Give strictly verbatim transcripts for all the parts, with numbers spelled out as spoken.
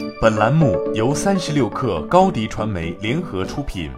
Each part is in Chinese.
本栏目由三十六氪高迪传媒联合出品。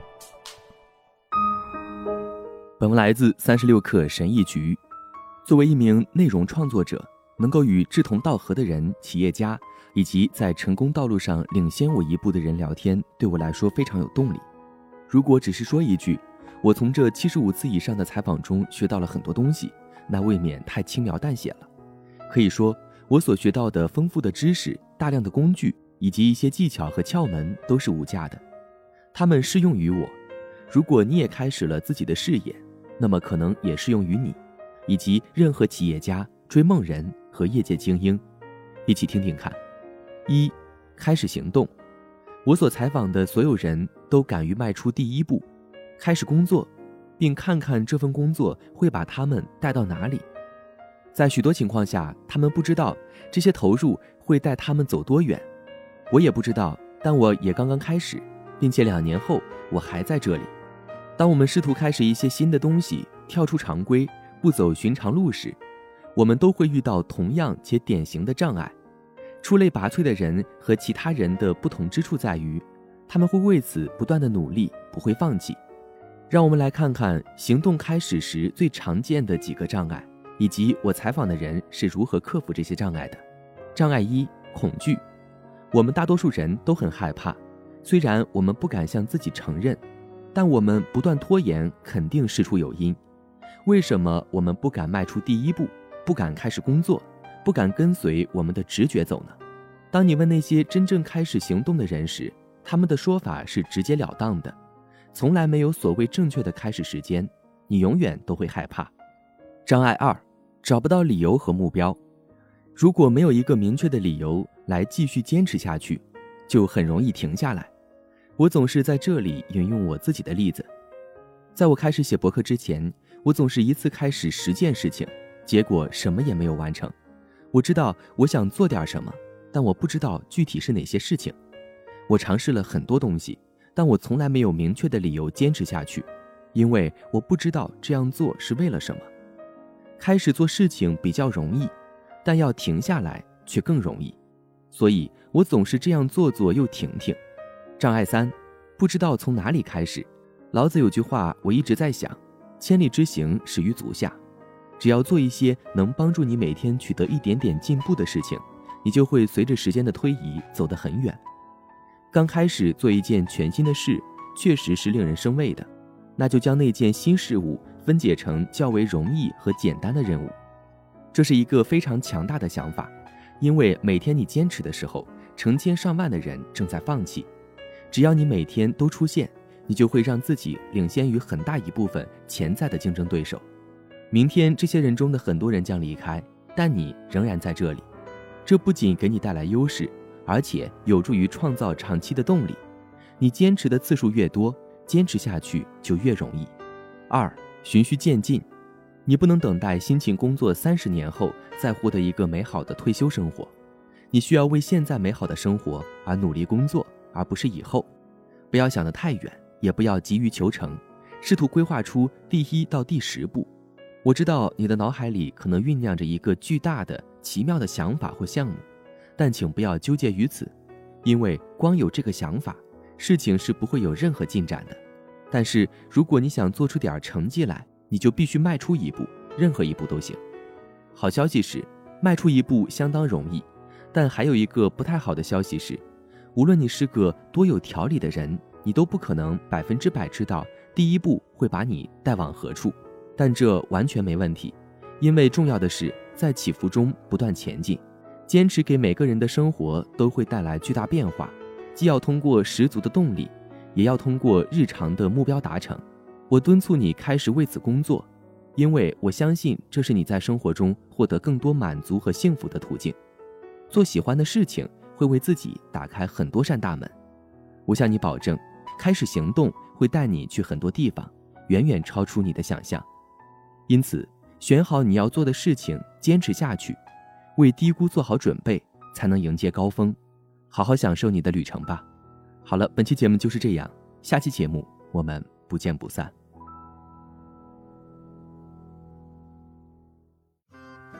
本文来自三十六氪神译局。作为一名内容创作者，能够与志同道合的人、企业家以及在成功道路上领先我一步的人聊天，对我来说非常有动力。如果只是说一句，我从这七十五次以上的采访中学到了很多东西，那未免太轻描淡写了。可以说，我所学到的丰富的知识、大量的工具以及一些技巧和窍门都是无价的，它们适用于我。如果你也开始了自己的事业，那么可能也适用于你，以及任何企业家、追梦人和业界精英。一起听听看。一、开始行动。我所采访的所有人都敢于迈出第一步，开始工作，并看看这份工作会把他们带到哪里。在许多情况下，他们不知道这些投入会带他们走多远，我也不知道，但我也刚刚开始，并且两年后我还在这里。当我们试图开始一些新的东西，跳出常规，不走寻常路时，我们都会遇到同样且典型的障碍。出类拔萃的人和其他人的不同之处在于，他们会为此不断的努力，不会放弃。让我们来看看行动开始时最常见的几个障碍，以及我采访的人是如何克服这些障碍的。障碍一：恐惧。我们大多数人都很害怕，虽然我们不敢向自己承认，但我们不断拖延肯定事出有因。为什么我们不敢迈出第一步，不敢开始工作，不敢跟随我们的直觉走呢？当你问那些真正开始行动的人时，他们的说法是直截了当的，从来没有所谓正确的开始时间，你永远都会害怕。障碍二：找不到理由和目标。如果没有一个明确的理由来继续坚持下去，就很容易停下来。我总是在这里引用我自己的例子。在我开始写博客之前，我总是一次开始十件事情，结果什么也没有完成。我知道我想做点什么，但我不知道具体是哪些事情。我尝试了很多东西，但我从来没有明确的理由坚持下去，因为我不知道这样做是为了什么。开始做事情比较容易，但要停下来却更容易，所以我总是这样做做又停停。障碍三：不知道从哪里开始。老子有句话我一直在想，千里之行始于足下。只要做一些能帮助你每天取得一点点进步的事情，你就会随着时间的推移走得很远。刚开始做一件全新的事，确实是令人生畏的，那就将那件新事物分解成较为容易和简单的任务。这是一个非常强大的想法，因为每天你坚持的时候，成千上万的人正在放弃。只要你每天都出现，你就会让自己领先于很大一部分潜在的竞争对手。明天这些人中的很多人将离开，但你仍然在这里。这不仅给你带来优势，而且有助于创造长期的动力。你坚持的次数越多，坚持下去就越容易。二、循序渐进。你不能等待辛勤工作三十年后再获得一个美好的退休生活，你需要为现在美好的生活而努力工作，而不是以后。不要想得太远，也不要急于求成，试图规划出第一到第十步。我知道你的脑海里可能酝酿着一个巨大的、奇妙的想法或项目，但请不要纠结于此，因为光有这个想法，事情是不会有任何进展的。但是如果你想做出点成绩来，你就必须迈出一步，任何一步都行。好消息是，迈出一步相当容易，但还有一个不太好的消息是，无论你是个多有条理的人，你都不可能百分之百知道第一步会把你带往何处。但这完全没问题，因为重要的是在起伏中不断前进。坚持给每个人的生活都会带来巨大变化，既要通过十足的动力，也要通过日常的目标达成。我敦促你开始为此工作，因为我相信这是你在生活中获得更多满足和幸福的途径。做喜欢的事情会为自己打开很多扇大门。我向你保证，开始行动会带你去很多地方，远远超出你的想象。因此，选好你要做的事情，坚持下去，为低谷做好准备，才能迎接高峰。好好享受你的旅程吧。好了，本期节目就是这样，下期节目我们不见不散。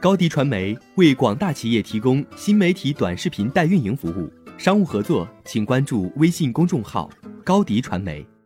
高迪传媒为广大企业提供新媒体短视频代运营服务，商务合作请关注微信公众号高迪传媒。